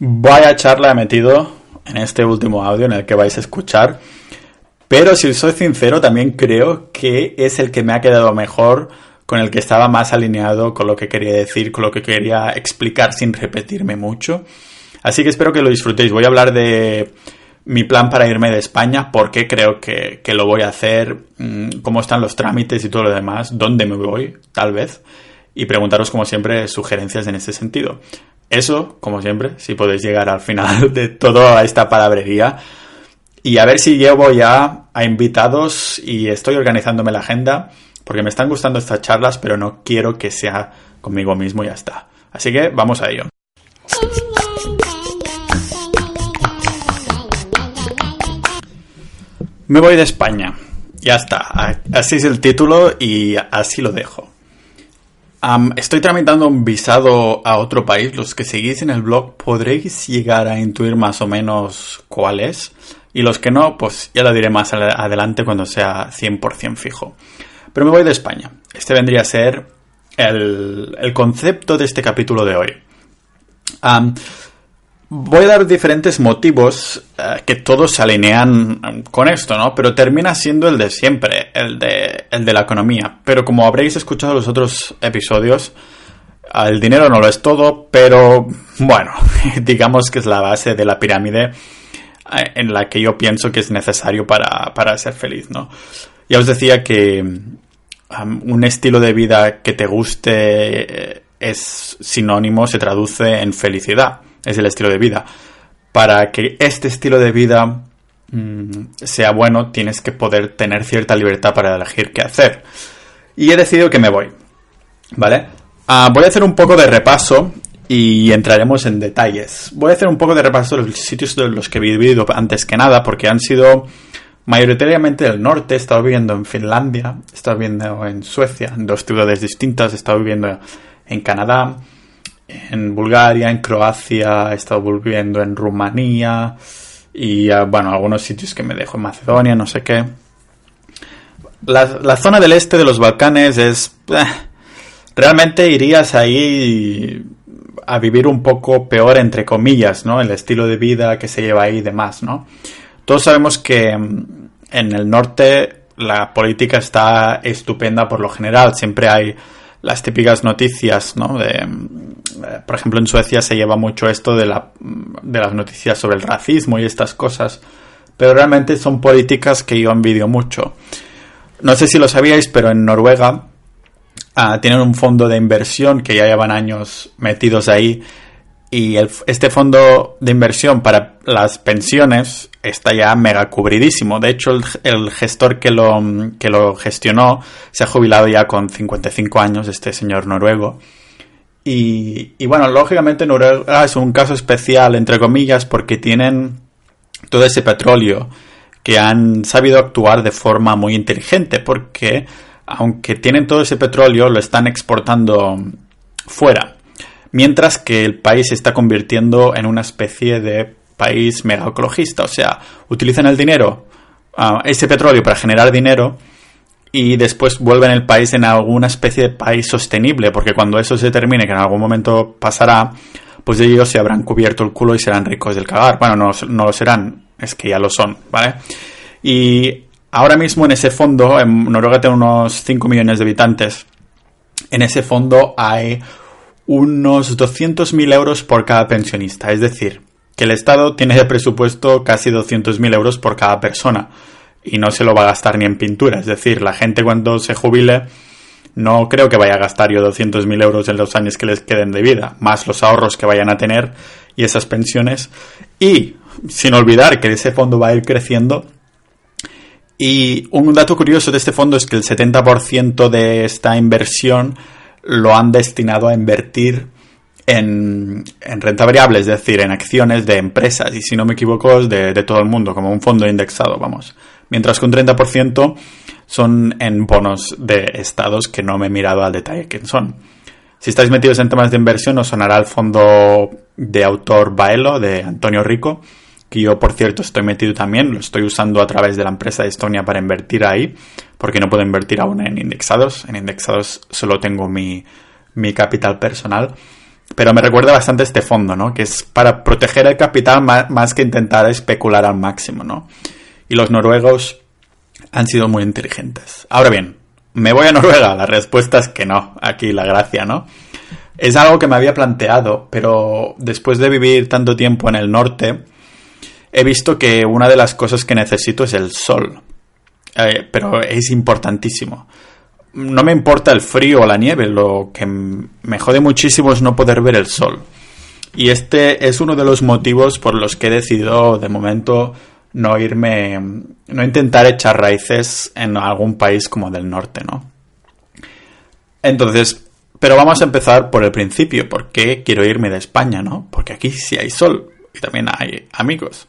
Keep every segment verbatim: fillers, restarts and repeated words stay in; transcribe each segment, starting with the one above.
Vaya charla he metido en este último audio en el que vais a escuchar, pero si soy sincero también creo que es el que me ha quedado mejor, con el que estaba más alineado con lo que quería decir, con lo que quería explicar sin repetirme mucho. Así que espero que lo disfrutéis. Voy a hablar de mi plan para irme de España, por qué creo que, que lo voy a hacer, cómo están los trámites y todo lo demás, dónde me voy, tal vez, y preguntaros como siempre sugerencias en ese sentido. Eso, como siempre, si podéis llegar al final de toda esta palabrería. Y a ver si llevo ya a invitados y estoy organizándome la agenda, porque me están gustando estas charlas, pero no quiero que sea conmigo mismo y ya está. Así que vamos a ello. Me voy de España. Ya está. Así es el título y así lo dejo. Um, estoy tramitando un visado a otro país. Los que seguís en el blog podréis llegar a intuir más o menos cuál es. Y los que no, pues ya lo diré más adelante cuando sea cien por ciento fijo. Pero me voy de España. Este vendría a ser el, el concepto de este capítulo de hoy. Um, voy a dar diferentes motivos uh, que todos se alinean con esto, ¿no? Pero termina siendo el de siempre, el de, el de la economía. Pero como habréis escuchado en los otros episodios, uh, el dinero no lo es todo, pero bueno, digamos que es la base de la pirámide uh, en la que yo pienso que es necesario para, para ser feliz, ¿no? Ya os decía que um, un estilo de vida que te guste eh, es sinónimo, se traduce en felicidad. Es el estilo de vida. Para que este estilo de vida mmm, sea bueno, tienes que poder tener cierta libertad para elegir qué hacer. Y he decidido que me voy. ¿Vale? Uh, voy a hacer un poco de repaso y entraremos en detalles. Voy a hacer un poco de repaso de los sitios de los que he vivido antes que nada, porque han sido mayoritariamente del norte. He estado viviendo en Finlandia, he estado viviendo en Suecia, en dos ciudades distintas. He estado viviendo en Canadá, en Bulgaria, en Croacia, he estado viviendo en Rumanía y, bueno, algunos sitios que me dejo en Macedonia, no sé qué. La, la zona del este de los Balcanes es... Eh, realmente irías ahí a vivir un poco peor, entre comillas, ¿no? El estilo de vida que se lleva ahí y demás, ¿no? Todos sabemos que en el norte la política está estupenda por lo general. Siempre hay las típicas noticias, ¿no? De, por ejemplo, en Suecia se lleva mucho esto de, la, de las noticias sobre el racismo y estas cosas, pero realmente son políticas que yo envidio mucho. No sé si lo sabíais, pero en Noruega uh, tienen un fondo de inversión que ya llevan años metidos ahí, y el, este fondo de inversión para las pensiones está ya mega cubridísimo. De hecho, el, el gestor que lo, que lo gestionó se ha jubilado ya con cincuenta y cinco años, este señor noruego. Y, y bueno, lógicamente Noruega es un caso especial, entre comillas, porque tienen todo ese petróleo que han sabido actuar de forma muy inteligente, porque aunque tienen todo ese petróleo, lo están exportando fuera. Mientras que el país se está convirtiendo en una especie de país mega ecologista. O sea, utilizan el dinero, uh, ese petróleo para generar dinero, y después vuelven el país en alguna especie de país sostenible, porque cuando eso se termine, que en algún momento pasará, pues ellos se habrán cubierto el culo y serán ricos del cagar. Bueno, no, no lo serán, es que ya lo son, ¿vale? Y ahora mismo en ese fondo, en Noruega tiene unos cinco millones de habitantes, en ese fondo hay unos doscientos mil euros por cada pensionista. Es decir, que el Estado tiene de presupuesto casi doscientos mil euros por cada persona y no se lo va a gastar ni en pintura. Es decir, la gente cuando se jubile no creo que vaya a gastar yo doscientos mil euros en los años que les queden de vida, más los ahorros que vayan a tener y esas pensiones. Y sin olvidar que ese fondo va a ir creciendo. Y un dato curioso de este fondo es que el setenta por ciento de esta inversión lo han destinado a invertir en, en renta variable, es decir, en acciones de empresas, y si no me equivoco es de, de todo el mundo, como un fondo indexado, vamos. Mientras que un treinta por ciento son en bonos de estados que no me he mirado al detalle quién son. Si estáis metidos en temas de inversión, os sonará el fondo de autor Baelo, de Antonio Rico, que yo, por cierto, estoy metido también, lo estoy usando a través de la empresa de Estonia para invertir ahí, porque no puedo invertir aún en indexados. En indexados solo tengo mi, mi capital personal. pero me recuerda bastante este fondo, ¿no? Que es para proteger el capital más, más que intentar especular al máximo, ¿no? Y los noruegos han sido muy inteligentes. Ahora bien, ¿me voy a Noruega? La respuesta es que no. Aquí la gracia, ¿no? Es algo que me había planteado, pero después de vivir tanto tiempo en el norte, he visto que una de las cosas que necesito es el sol. Eh, pero es importantísimo. No me importa el frío o la nieve, lo que me jode muchísimo es no poder ver el sol. Y este es uno de los motivos por los que he decidido, de momento, no irme, no intentar echar raíces en algún país como del norte, ¿no? Entonces, pero vamos a empezar por el principio. ¿Por qué quiero irme de España, no? Porque aquí sí hay sol y también hay amigos.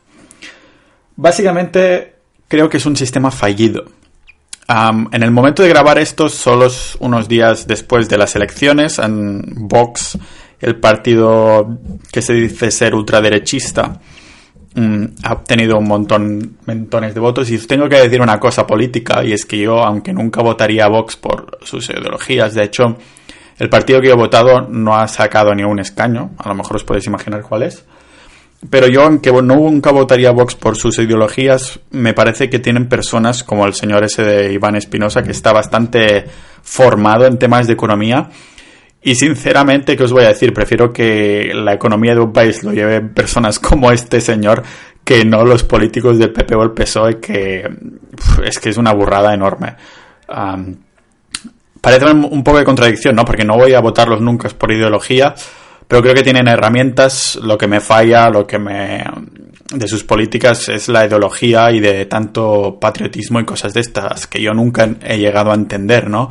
Básicamente, creo que es un sistema fallido. Um, en el momento de grabar esto, solo unos días después de las elecciones, en Vox, el partido que se dice ser ultraderechista, um, ha obtenido un montón montones de votos. Y os tengo que decir una cosa política, y es que yo, aunque nunca votaría a Vox por sus ideologías, de hecho, el partido que yo he votado no ha sacado ni un escaño. A lo mejor os podéis imaginar cuál es. Pero yo, aunque no nunca votaría a Vox por sus ideologías, me parece que tienen personas como el señor ese de Iván Espinosa, que está bastante formado en temas de economía. Y sinceramente, ¿qué os voy a decir? Prefiero que la economía de un país lo lleven personas como este señor que no los políticos del P P o el P S O E, que uf, es que es una burrada enorme. Um, parece un poco de contradicción, ¿no? Porque no voy a votarlos nunca por ideología, pero creo que tienen herramientas. Lo que me falla, lo que me de sus políticas es la ideología y de tanto patriotismo y cosas de estas que yo nunca he llegado a entender, ¿no?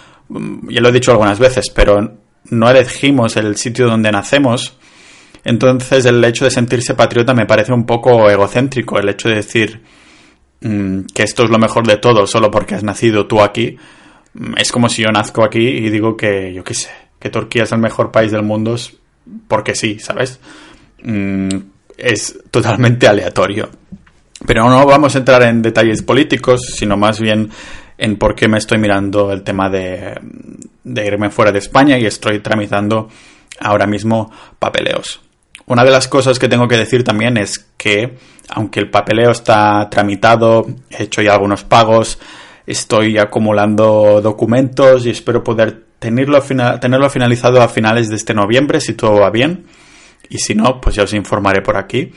Ya lo he dicho algunas veces, pero no elegimos el sitio donde nacemos. Entonces el hecho de sentirse patriota me parece un poco egocéntrico. El hecho de decir mmm, que esto es lo mejor de todo solo porque has nacido tú aquí. Es como si yo nazco aquí y digo que, yo qué sé, que Turquía es el mejor país del mundo porque sí, ¿sabes? Mm, es totalmente aleatorio. Pero no vamos a entrar en detalles políticos, sino más bien en por qué me estoy mirando el tema de, de irme fuera de España y estoy tramitando ahora mismo papeleos. Una de las cosas que tengo que decir también es que, aunque el papeleo está tramitado, he hecho ya algunos pagos, estoy acumulando documentos y espero poder tenerlo, final, tenerlo finalizado a finales de este noviembre, si todo va bien. Y si no, pues ya os informaré por aquí.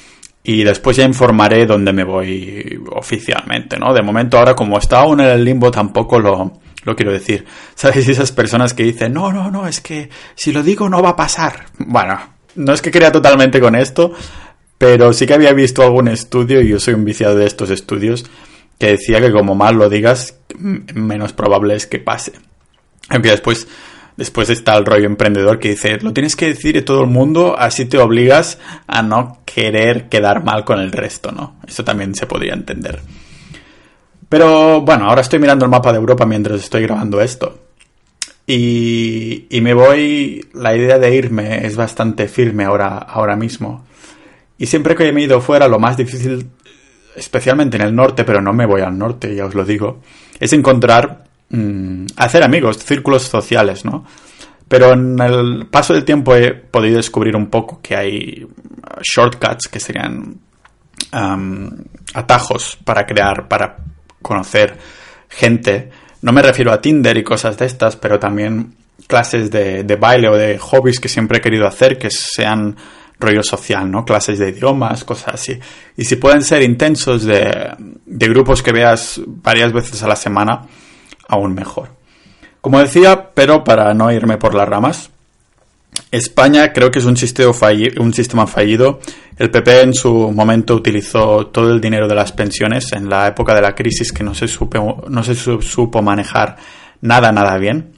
Y después ya informaré dónde me voy oficialmente, ¿no? De momento ahora, como está aún en el limbo, tampoco lo, lo quiero decir. ¿Sabéis? Esas personas que dicen, no, no, no, es que si lo digo no va a pasar. Bueno, no es que crea totalmente con esto, pero sí que había visto algún estudio, y yo soy un viciado de estos estudios, que decía que como más lo digas, menos probable es que pase. Aunque después, después está el rollo emprendedor que dice, lo tienes que decir a todo el mundo, así te obligas a no querer quedar mal con el resto, ¿no? Eso también se podría entender. Pero bueno, ahora estoy mirando el mapa de Europa mientras estoy grabando esto. Y, y me voy, la idea de irme es bastante firme ahora, ahora mismo. Y siempre que me he ido fuera, lo más difícil, especialmente en el norte, pero no me voy al norte, ya os lo digo, es encontrar, mmm, hacer amigos, círculos sociales, ¿no? Pero en el paso del tiempo he podido descubrir un poco que hay shortcuts, que serían um, atajos para crear, para conocer gente. No me refiero a Tinder y cosas de estas, pero también clases de, de baile o de hobbies que siempre he querido hacer, que sean rollo social, ¿no? Clases de idiomas, cosas así. Y si pueden ser intensos, de, de grupos que veas varias veces a la semana, aún mejor. Como decía, pero para no irme por las ramas, España creo que es un sistema fallido, un sistema fallido. El P P en su momento utilizó todo el dinero de las pensiones en la época de la crisis, que no se supo, no se supo manejar nada, nada bien.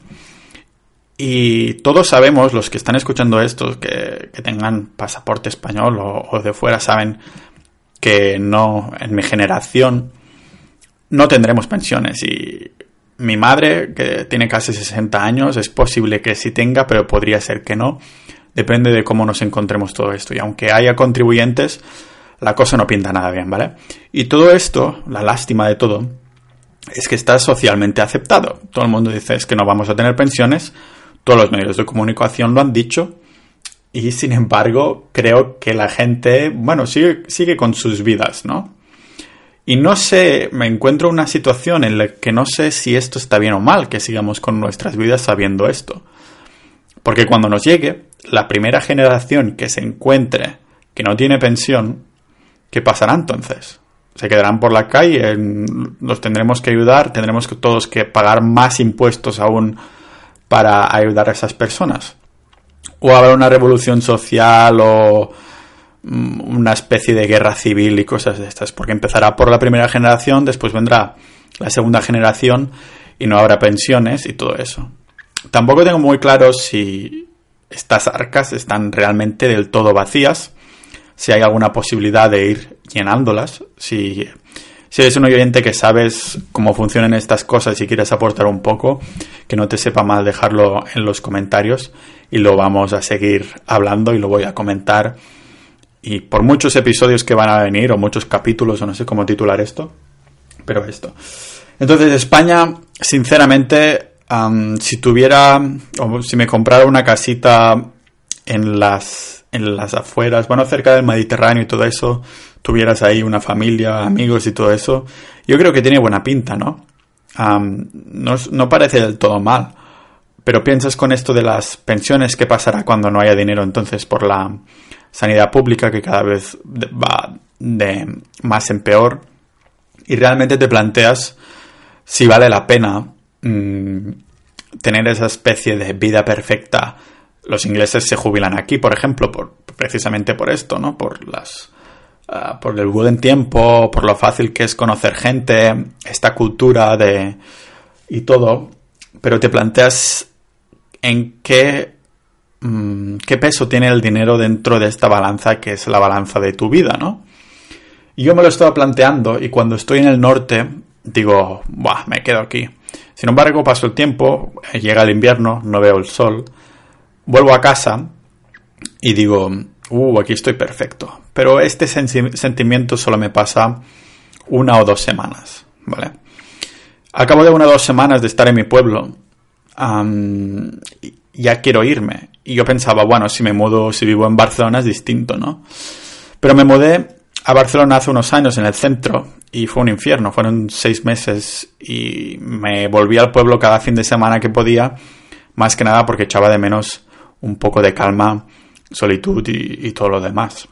Y todos sabemos, los que están escuchando esto, que, que tengan pasaporte español o, o de fuera, saben que no, en mi generación no tendremos pensiones. Y mi madre, que tiene casi sesenta años, es posible que sí tenga, pero podría ser que no. Depende de cómo nos encontremos todo esto. Y aunque haya contribuyentes, la cosa no pinta nada bien, ¿vale? Y todo esto, la lástima de todo, es que está socialmente aceptado. Todo el mundo dice es que no vamos a tener pensiones. Todos los medios de comunicación lo han dicho. y sin embargo creo que la gente, bueno, sigue, sigue con sus vidas, ¿no? Y no sé, me encuentro en una situación en la que no sé si esto está bien o mal, que sigamos con nuestras vidas sabiendo esto. Porque cuando nos llegue la primera generación que se encuentre que no tiene pensión, ¿qué pasará entonces? Se quedarán por la calle, los tendremos que ayudar, tendremos que todos que pagar más impuestos aún para ayudar a esas personas. O habrá una revolución social o una especie de guerra civil y cosas de estas, porque empezará por la primera generación, después vendrá la segunda generación y no habrá pensiones y todo eso. Tampoco tengo muy claro si estas arcas están realmente del todo vacías, si hay alguna posibilidad de ir llenándolas, si, si eres un oyente que sabes cómo funcionan estas cosas y quieres aportar un poco, que no te sepa mal dejarlo en los comentarios y lo vamos a seguir hablando y lo voy a comentar. Y por muchos episodios que van a venir, o muchos capítulos, o no sé cómo titular esto, pero esto. Entonces, España, sinceramente, um, si tuviera, o si me comprara una casita en las, en las afueras, bueno, cerca del Mediterráneo y todo eso, tuvieras ahí una familia, amigos y todo eso, yo creo que tiene buena pinta, ¿no? Um, no, no parece del todo mal. Pero piensas con esto de las pensiones, ¿qué pasará cuando no haya dinero entonces por la sanidad pública, que cada vez va de más en peor? Y realmente te planteas si vale la pena mmm, tener esa especie de vida perfecta. Los ingleses se jubilan aquí, por ejemplo, por, precisamente por esto, ¿no? Por las uh, por el buen tiempo, por lo fácil que es conocer gente, esta cultura de y todo. Pero te planteas en qué, mmm, qué peso tiene el dinero dentro de esta balanza que es la balanza de tu vida, ¿no? Y yo me lo estaba planteando y cuando estoy en el norte digo, buah, me quedo aquí. Sin embargo, paso el tiempo, llega el invierno, no veo el sol, vuelvo a casa y digo, uh, aquí estoy perfecto. Pero este sen- sentimiento solo me pasa una o dos semanas, ¿vale? Al cabo de una o dos semanas de estar en mi pueblo, Um, ya quiero irme. Y yo pensaba, bueno, si me mudo, si vivo en Barcelona es distinto, ¿no? Pero me mudé a Barcelona hace unos años en el centro y fue un infierno. Fueron seis meses y me volví al pueblo cada fin de semana que podía, más que nada porque echaba de menos un poco de calma, solitud y, y todo lo demás.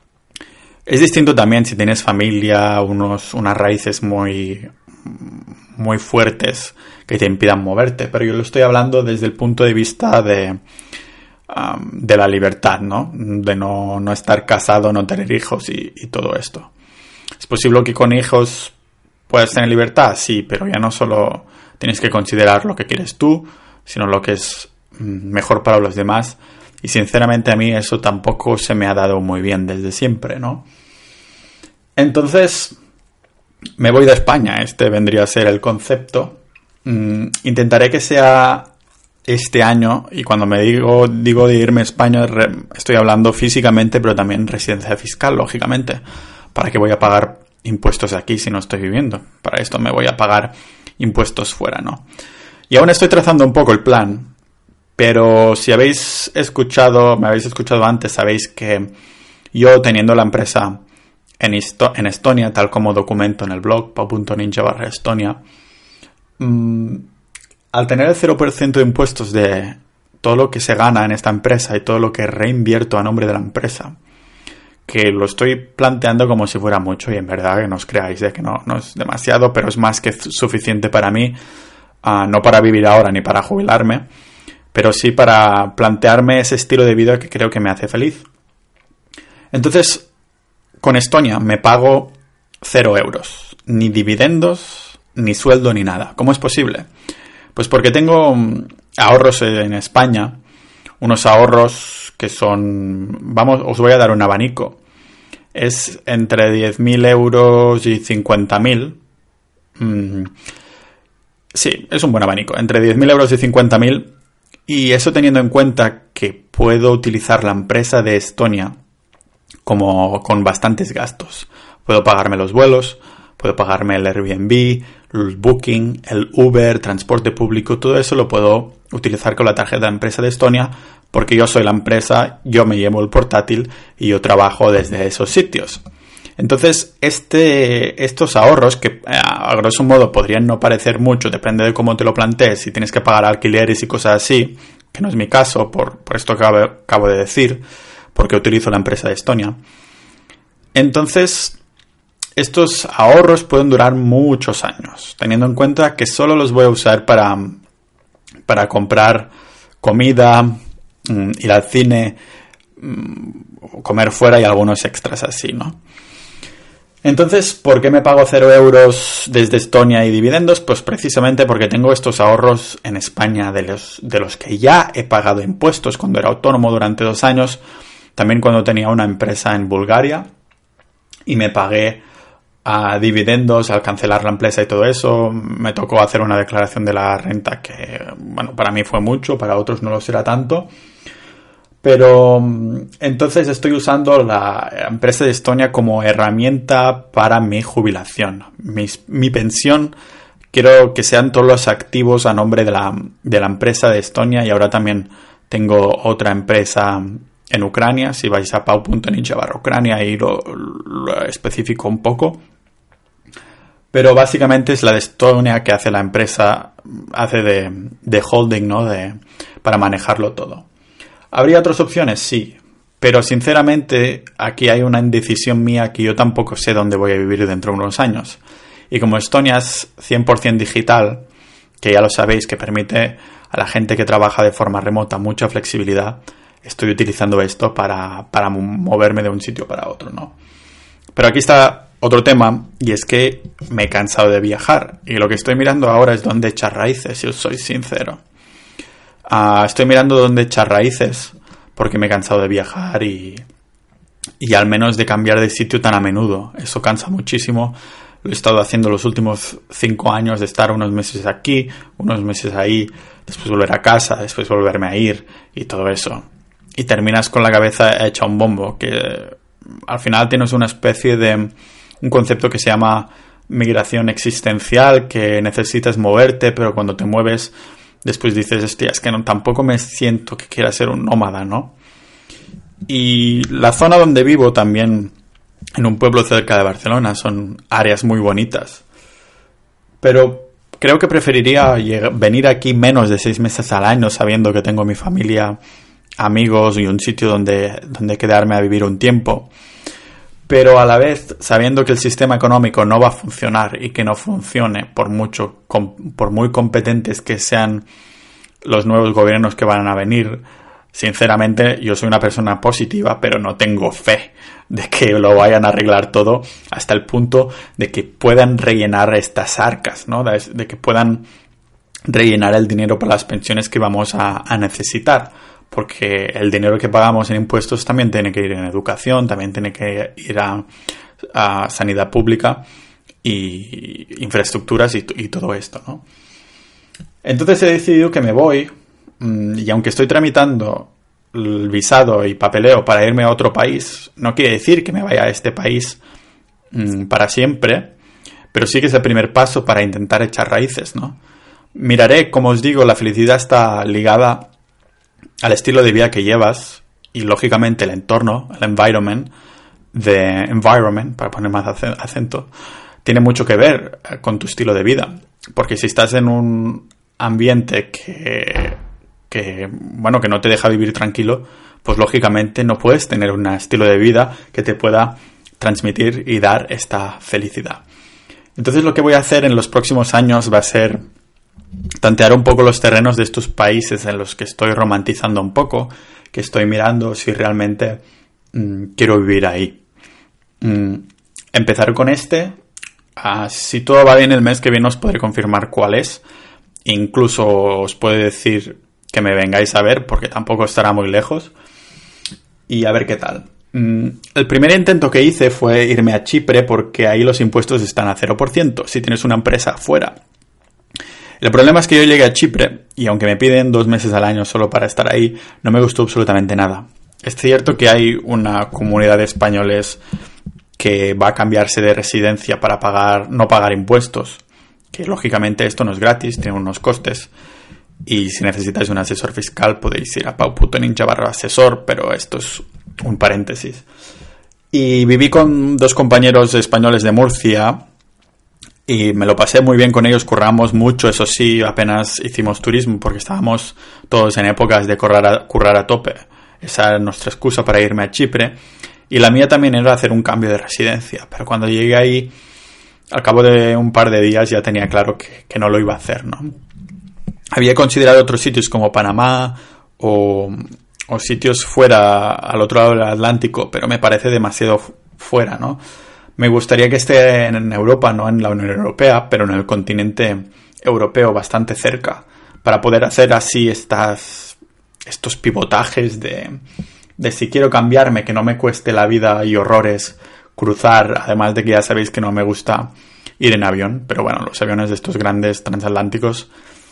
Es distinto también si tienes familia, unos, unas raíces muy, muy fuertes que te impidan moverte, pero yo lo estoy hablando desde el punto de vista de, um, de la libertad, ¿no? De no, no estar casado, no tener hijos y, y todo esto. Es posible que con hijos puedas tener libertad, sí, pero ya no solo tienes que considerar lo que quieres tú, sino lo que es mejor para los demás. Y sinceramente a mí eso tampoco se me ha dado muy bien desde siempre, ¿no? Entonces, me voy de España. Este vendría a ser el concepto. Mm, intentaré que sea este año, y cuando me digo, digo de irme a España, re, estoy hablando físicamente, pero también residencia fiscal, lógicamente. ¿Para qué voy a pagar impuestos aquí si no estoy viviendo? Para esto me voy a pagar impuestos fuera, ¿no? Y aún estoy trazando un poco el plan, pero si habéis escuchado, me habéis escuchado antes, sabéis que yo, teniendo la empresa en, Esto- en Estonia, tal como documento en el blog pau punto ninja barra Estonia, mmm, al tener el cero por ciento de impuestos de todo lo que se gana en esta empresa y todo lo que reinvierto a nombre de la empresa, que lo estoy planteando como si fuera mucho, y en verdad que no os creáis de que no, no es demasiado, pero es más que suficiente para mí, uh, no para vivir ahora ni para jubilarme, pero sí para plantearme ese estilo de vida que creo que me hace feliz. Entonces, con Estonia me pago cero euros, ni dividendos, ni sueldo, ni nada. ¿Cómo es posible? Pues porque tengo ahorros en España, unos ahorros que son, vamos, os voy a dar un abanico. Es entre diez mil euros y cincuenta mil. Mm, sí, es un buen abanico. Entre diez mil euros y cincuenta mil. Y eso teniendo en cuenta que puedo utilizar la empresa de Estonia como con bastantes gastos. Puedo pagarme los vuelos, puedo pagarme el Airbnb, el Booking, el Uber, transporte público. Todo eso lo puedo utilizar con la tarjeta de empresa de Estonia porque yo soy la empresa, yo me llevo el portátil y yo trabajo desde esos sitios. Entonces, este, estos ahorros, que a grosso modo podrían no parecer mucho, depende de cómo te lo plantees, si tienes que pagar alquileres y cosas así, que no es mi caso, por, por esto que acabo, acabo de decir, porque utilizo la empresa de Estonia. Entonces, estos ahorros pueden durar muchos años, teniendo en cuenta que solo los voy a usar para, para comprar comida, ir al cine, comer fuera y algunos extras así, ¿no? Entonces, ¿por qué me pago cero euros desde Estonia y dividendos? Pues precisamente porque tengo estos ahorros en España de los, de los que ya he pagado impuestos cuando era autónomo durante dos años, también cuando tenía una empresa en Bulgaria y me pagué a dividendos al cancelar la empresa y todo eso. Me tocó hacer una declaración de la renta que, bueno, para mí fue mucho, para otros no lo será tanto. Pero entonces estoy usando la empresa de Estonia como herramienta para mi jubilación. Mi, mi pensión, quiero que sean todos los activos a nombre de la, de la empresa de Estonia, y ahora también tengo otra empresa en Ucrania. Si vais a pau punto ninja barra Ucrania, ahí lo, lo especifico un poco. Pero básicamente es la de Estonia que hace la empresa, hace de, de holding, ¿no? De, para manejarlo todo. ¿Habría otras opciones? Sí. Pero sinceramente aquí hay una indecisión mía que yo tampoco sé dónde voy a vivir dentro de unos años. Y como Estonia es cien por ciento digital, que ya lo sabéis que permite a la gente que trabaja de forma remota mucha flexibilidad, estoy utilizando esto para, para moverme de un sitio para otro, ¿no? Pero aquí está otro tema, y es que me he cansado de viajar. Y lo que estoy mirando ahora es dónde echar raíces, si os soy sincero. Uh, estoy mirando dónde echar raíces porque me he cansado de viajar y, y al menos de cambiar de sitio tan a menudo. Eso cansa muchísimo. Lo he estado haciendo los últimos cinco años, de estar unos meses aquí, unos meses ahí, después volver a casa, después volverme a ir y todo eso. Y terminas con la cabeza hecha un bombo, que al final tienes una especie de un concepto que se llama migración existencial, que necesitas moverte, pero cuando te mueves después dices, hostia, es que no, tampoco me siento que quiera ser un nómada, ¿no? Y la zona donde vivo también, en un pueblo cerca de Barcelona, son áreas muy bonitas. Pero creo que preferiría llegar, venir aquí menos de seis meses al año, sabiendo que tengo mi familia, amigos y un sitio donde, donde quedarme a vivir un tiempo. Pero a la vez, sabiendo que el sistema económico no va a funcionar y que no funcione por mucho, por muy competentes que sean los nuevos gobiernos que van a venir, sinceramente yo soy una persona positiva, pero no tengo fe de que lo vayan a arreglar todo hasta el punto de que puedan rellenar estas arcas, ¿no? De, de que puedan rellenar el dinero para las pensiones que vamos a, a necesitar. Porque el dinero que pagamos en impuestos también tiene que ir en educación, también tiene que ir a, a sanidad pública y infraestructuras y, y todo esto, ¿no? Entonces he decidido que me voy, y aunque estoy tramitando el visado y papeleo para irme a otro país, no quiere decir que me vaya a este país mmm, para siempre, pero sí que es el primer paso para intentar echar raíces, ¿no? Miraré, como os digo, la felicidad está ligada al estilo de vida que llevas y lógicamente el entorno, el environment, de environment, para poner más acento, tiene mucho que ver con tu estilo de vida. Porque si estás en un ambiente que, que, bueno, que no te deja vivir tranquilo, pues lógicamente no puedes tener un estilo de vida que te pueda transmitir y dar esta felicidad. Entonces lo que voy a hacer en los próximos años va a ser tantear un poco los terrenos de estos países en los que estoy romantizando un poco, que estoy mirando si realmente mmm, quiero vivir ahí. Mm, empezar con este. Uh, si todo va bien el mes que viene os podré confirmar cuál es. Incluso os puedo decir que me vengáis a ver porque tampoco estará muy lejos. Y a ver qué tal. Mm, el primer intento que hice fue irme a Chipre porque ahí los impuestos están a cero por ciento si tienes una empresa fuera. El problema es que yo llegué a Chipre y aunque me piden dos meses al año solo para estar ahí, no me gustó absolutamente nada. Es cierto que hay una comunidad de españoles que va a cambiarse de residencia para pagar, no pagar impuestos, que lógicamente esto no es gratis, tiene unos costes. Y si necesitáis un asesor fiscal podéis ir a pau.ninja barra asesor, pero esto es un paréntesis. Y viví con dos compañeros españoles de Murcia y me lo pasé muy bien con ellos, curramos mucho, eso sí, apenas hicimos turismo porque estábamos todos en épocas de currar a, currar a tope. Esa era nuestra excusa para irme a Chipre. Y la mía también era hacer un cambio de residencia, pero cuando llegué ahí, al cabo de un par de días ya tenía claro que, que no lo iba a hacer, ¿no? Había considerado otros sitios como Panamá o, o sitios fuera, al otro lado del Atlántico, pero me parece demasiado fuera, ¿no? Me gustaría que esté en Europa, no en la Unión Europea, pero en el continente europeo, bastante cerca, para poder hacer así estas, estos pivotajes de, de si quiero cambiarme, que no me cueste la vida y horrores cruzar, además de que ya sabéis que no me gusta ir en avión, pero bueno, los aviones de estos grandes transatlánticos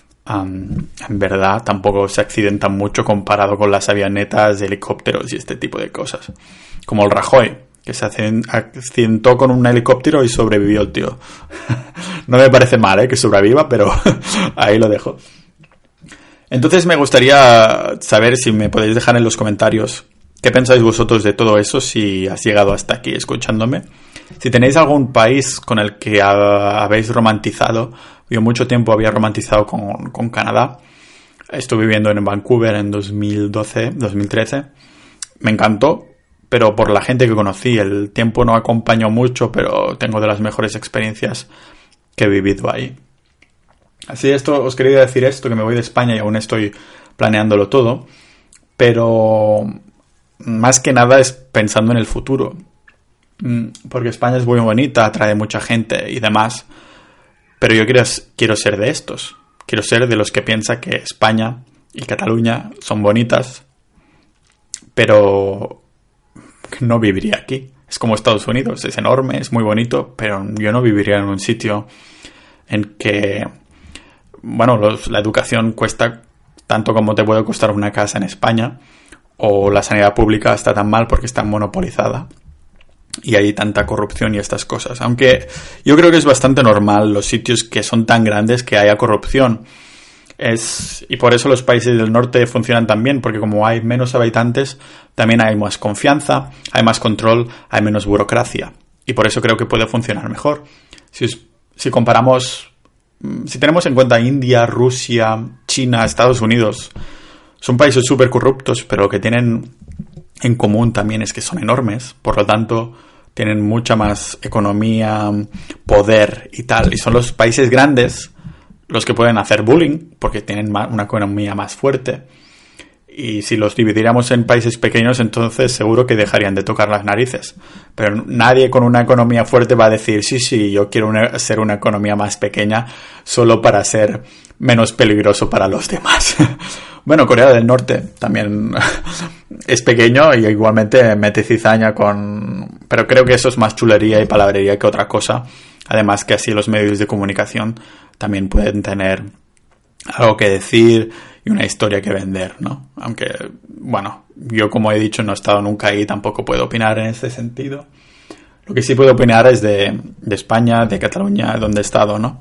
Um, en verdad tampoco se accidentan mucho comparado con las avionetas de helicópteros y este tipo de cosas, como el Rajoy, que se accidentó con un helicóptero y sobrevivió el tío. No me parece mal, ¿eh? Que sobreviva, pero ahí lo dejo. Entonces me gustaría saber si me podéis dejar en los comentarios qué pensáis vosotros de todo eso, si has llegado hasta aquí escuchándome. Si tenéis algún país con el que ha, habéis romantizado. Yo mucho tiempo había romantizado con, con Canadá. Estuve viviendo en Vancouver en dos mil doce, dos mil trece. Me encantó, pero por la gente que conocí. El tiempo no acompañó mucho, pero tengo de las mejores experiencias que he vivido ahí. Así esto, os quería decir esto, que me voy de España y aún estoy planeándolo todo. Pero más que nada es pensando en el futuro. Porque España es muy bonita, atrae mucha gente y demás. Pero yo quiero, quiero ser de estos. Quiero ser de los que piensa que España y Cataluña son bonitas, pero no viviría aquí. Es como Estados Unidos, es enorme, es muy bonito, pero yo no viviría en un sitio en que, bueno, los, la educación cuesta tanto como te puede costar una casa en España, o la sanidad pública está tan mal porque está monopolizada. Y hay tanta corrupción y estas cosas. Aunque yo creo que es bastante normal los sitios que son tan grandes que haya corrupción. Es, y por eso los países del norte funcionan tan bien, porque como hay menos habitantes, también hay más confianza, hay más control, hay menos burocracia. Y por eso creo que puede funcionar mejor. Si, si comparamos, si tenemos en cuenta India, Rusia, China, Estados Unidos, son países súper corruptos, pero lo que tienen en común también es que son enormes, por lo tanto tienen mucha más economía, poder y tal, y son los países grandes los que pueden hacer bullying porque tienen una economía más fuerte, y si los dividiéramos en países pequeños entonces seguro que dejarían de tocar las narices, pero nadie con una economía fuerte va a decir sí, sí, yo quiero una, ser una economía más pequeña solo para ser menos peligroso para los demás. Bueno, Corea del Norte también es pequeño y igualmente mete cizaña con... Pero creo que eso es más chulería y palabrería que otra cosa. Además que así los medios de comunicación también pueden tener algo que decir y una historia que vender, ¿no? Aunque, bueno, yo como he dicho no he estado nunca ahí, tampoco puedo opinar en este sentido. Lo que sí puedo opinar es de, de España, de Cataluña, donde he estado, ¿no?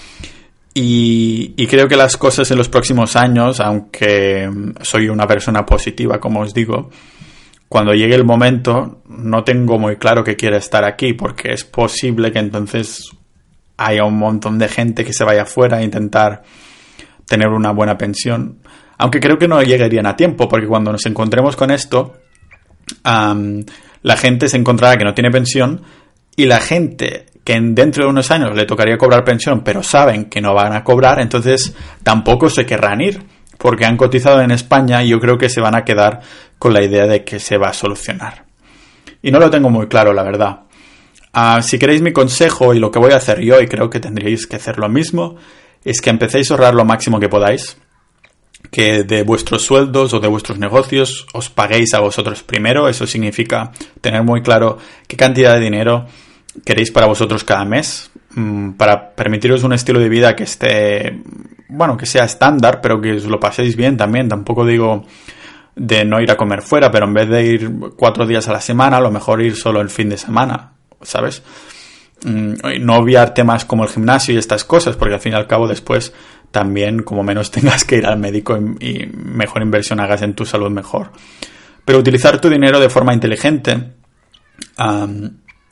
Y, y creo que las cosas en los próximos años, aunque soy una persona positiva, como os digo, cuando llegue el momento no tengo muy claro que quiera estar aquí, porque es posible que entonces haya un montón de gente que se vaya afuera a intentar tener una buena pensión. Aunque creo que no llegarían a tiempo, porque cuando nos encontremos con esto, um, la gente se encontrará que no tiene pensión y la gente que dentro de unos años le tocaría cobrar pensión, pero saben que no van a cobrar, entonces tampoco se querrán ir, porque han cotizado en España y yo creo que se van a quedar con la idea de que se va a solucionar. Y no lo tengo muy claro, la verdad. Uh, si queréis mi consejo y lo que voy a hacer yo, y creo que tendríais que hacer lo mismo, es que empecéis a ahorrar lo máximo que podáis, que de vuestros sueldos o de vuestros negocios os paguéis a vosotros primero. Eso significa tener muy claro qué cantidad de dinero queréis para vosotros cada mes, para permitiros un estilo de vida que esté, bueno, que sea estándar, pero que os lo paséis bien también. Tampoco digo de no ir a comer fuera, pero en vez de ir cuatro días a la semana, a lo mejor ir solo el fin de semana, ¿sabes? No obviar temas como el gimnasio y estas cosas, porque al fin y al cabo después también como menos tengas que ir al médico y, y mejor inversión hagas en tu salud, mejor. Pero utilizar tu dinero de forma inteligente um,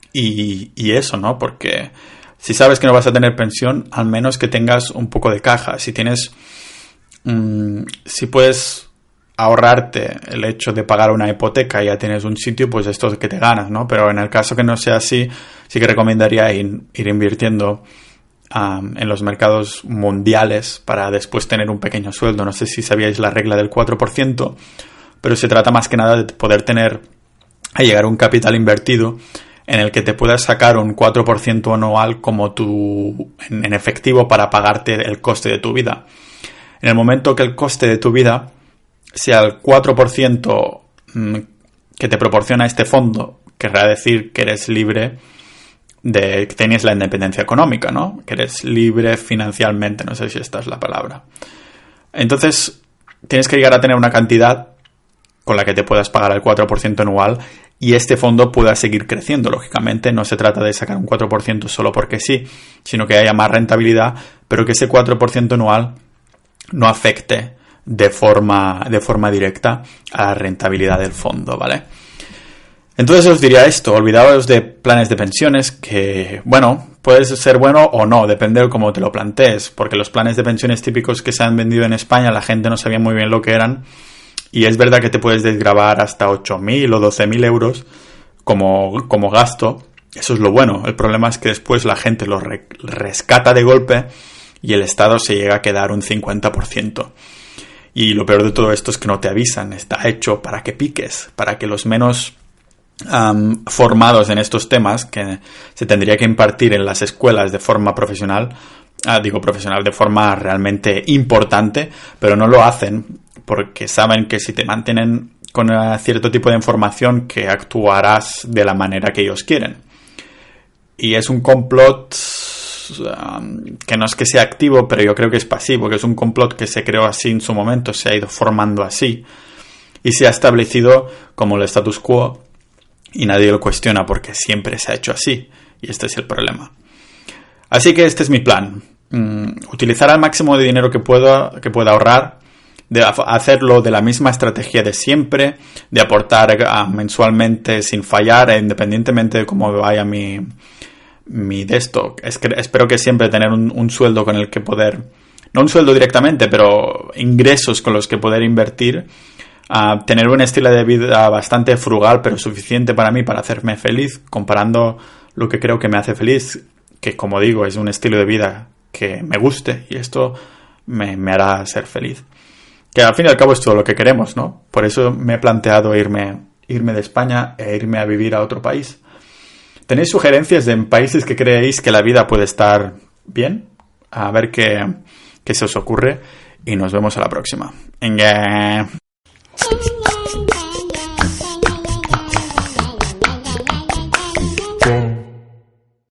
y, y eso, ¿no? Porque si sabes que no vas a tener pensión, al menos que tengas un poco de caja. Si tienes... Um, si puedes ahorrarte el hecho de pagar una hipoteca y ya tienes un sitio, pues esto es que te ganas, ¿no? Pero en el caso que no sea así, sí que recomendaría ir, ir invirtiendo um, en los mercados mundiales para después tener un pequeño sueldo. No sé si sabíais la regla del cuatro por ciento, pero se trata más que nada de poder tener, a llegar a un capital invertido en el que te puedas sacar un cuatro por ciento anual como tu, en, en efectivo para pagarte el coste de tu vida. En el momento que el coste de tu vida sea el cuatro por ciento que te proporciona este fondo, querrá decir que eres libre de que tienes la independencia económica, ¿no? Que eres libre financieramente, no sé si esta es la palabra. Entonces, tienes que llegar a tener una cantidad con la que te puedas pagar el cuatro por ciento anual y este fondo pueda seguir creciendo. Lógicamente, no se trata de sacar un cuatro por ciento solo porque sí, sino que haya más rentabilidad, pero que ese cuatro por ciento anual no afecte de forma, de forma directa a la rentabilidad del fondo, ¿vale? Entonces os diría esto, olvidaos de planes de pensiones que, bueno, puede ser bueno o no, depende de cómo te lo plantees, porque los planes de pensiones típicos que se han vendido en España la gente no sabía muy bien lo que eran y es verdad que te puedes desgravar hasta ocho mil o doce mil euros como, como gasto, eso es lo bueno. El problema es que después la gente lo re- rescata de golpe y el Estado se llega a quedar un cincuenta por ciento. Y lo peor de todo esto es que no te avisan, está hecho para que piques, para que los menos um, formados en estos temas, que se tendría que impartir en las escuelas de forma profesional, uh, digo profesional, de forma realmente importante, pero no lo hacen porque saben que si te mantienen con uh, cierto tipo de información que actuarás de la manera que ellos quieren. Y es un complot que no es que sea activo, pero yo creo que es pasivo, que es un complot que se creó así en su momento, se ha ido formando así y se ha establecido como el status quo y nadie lo cuestiona porque siempre se ha hecho así y este es el problema. Así que este es mi plan, mm, utilizar al máximo de dinero que pueda, que pueda ahorrar, de hacerlo de la misma estrategia de siempre, de aportar uh, mensualmente sin fallar, independientemente de cómo vaya mi mi de esto. Es que espero que siempre tener un, un sueldo con el que poder, no un sueldo directamente, pero ingresos con los que poder invertir, uh, tener un estilo de vida bastante frugal, pero suficiente para mí para hacerme feliz, comparando lo que creo que me hace feliz, que como digo, es un estilo de vida que me guste y esto me, me hará ser feliz. Que al fin y al cabo es todo lo que queremos, ¿no? Por eso me he planteado irme, irme de España e irme a vivir a otro país. ¿Tenéis sugerencias de países que creéis que la vida puede estar bien? A ver qué, qué se os ocurre y nos vemos a la próxima. Venga.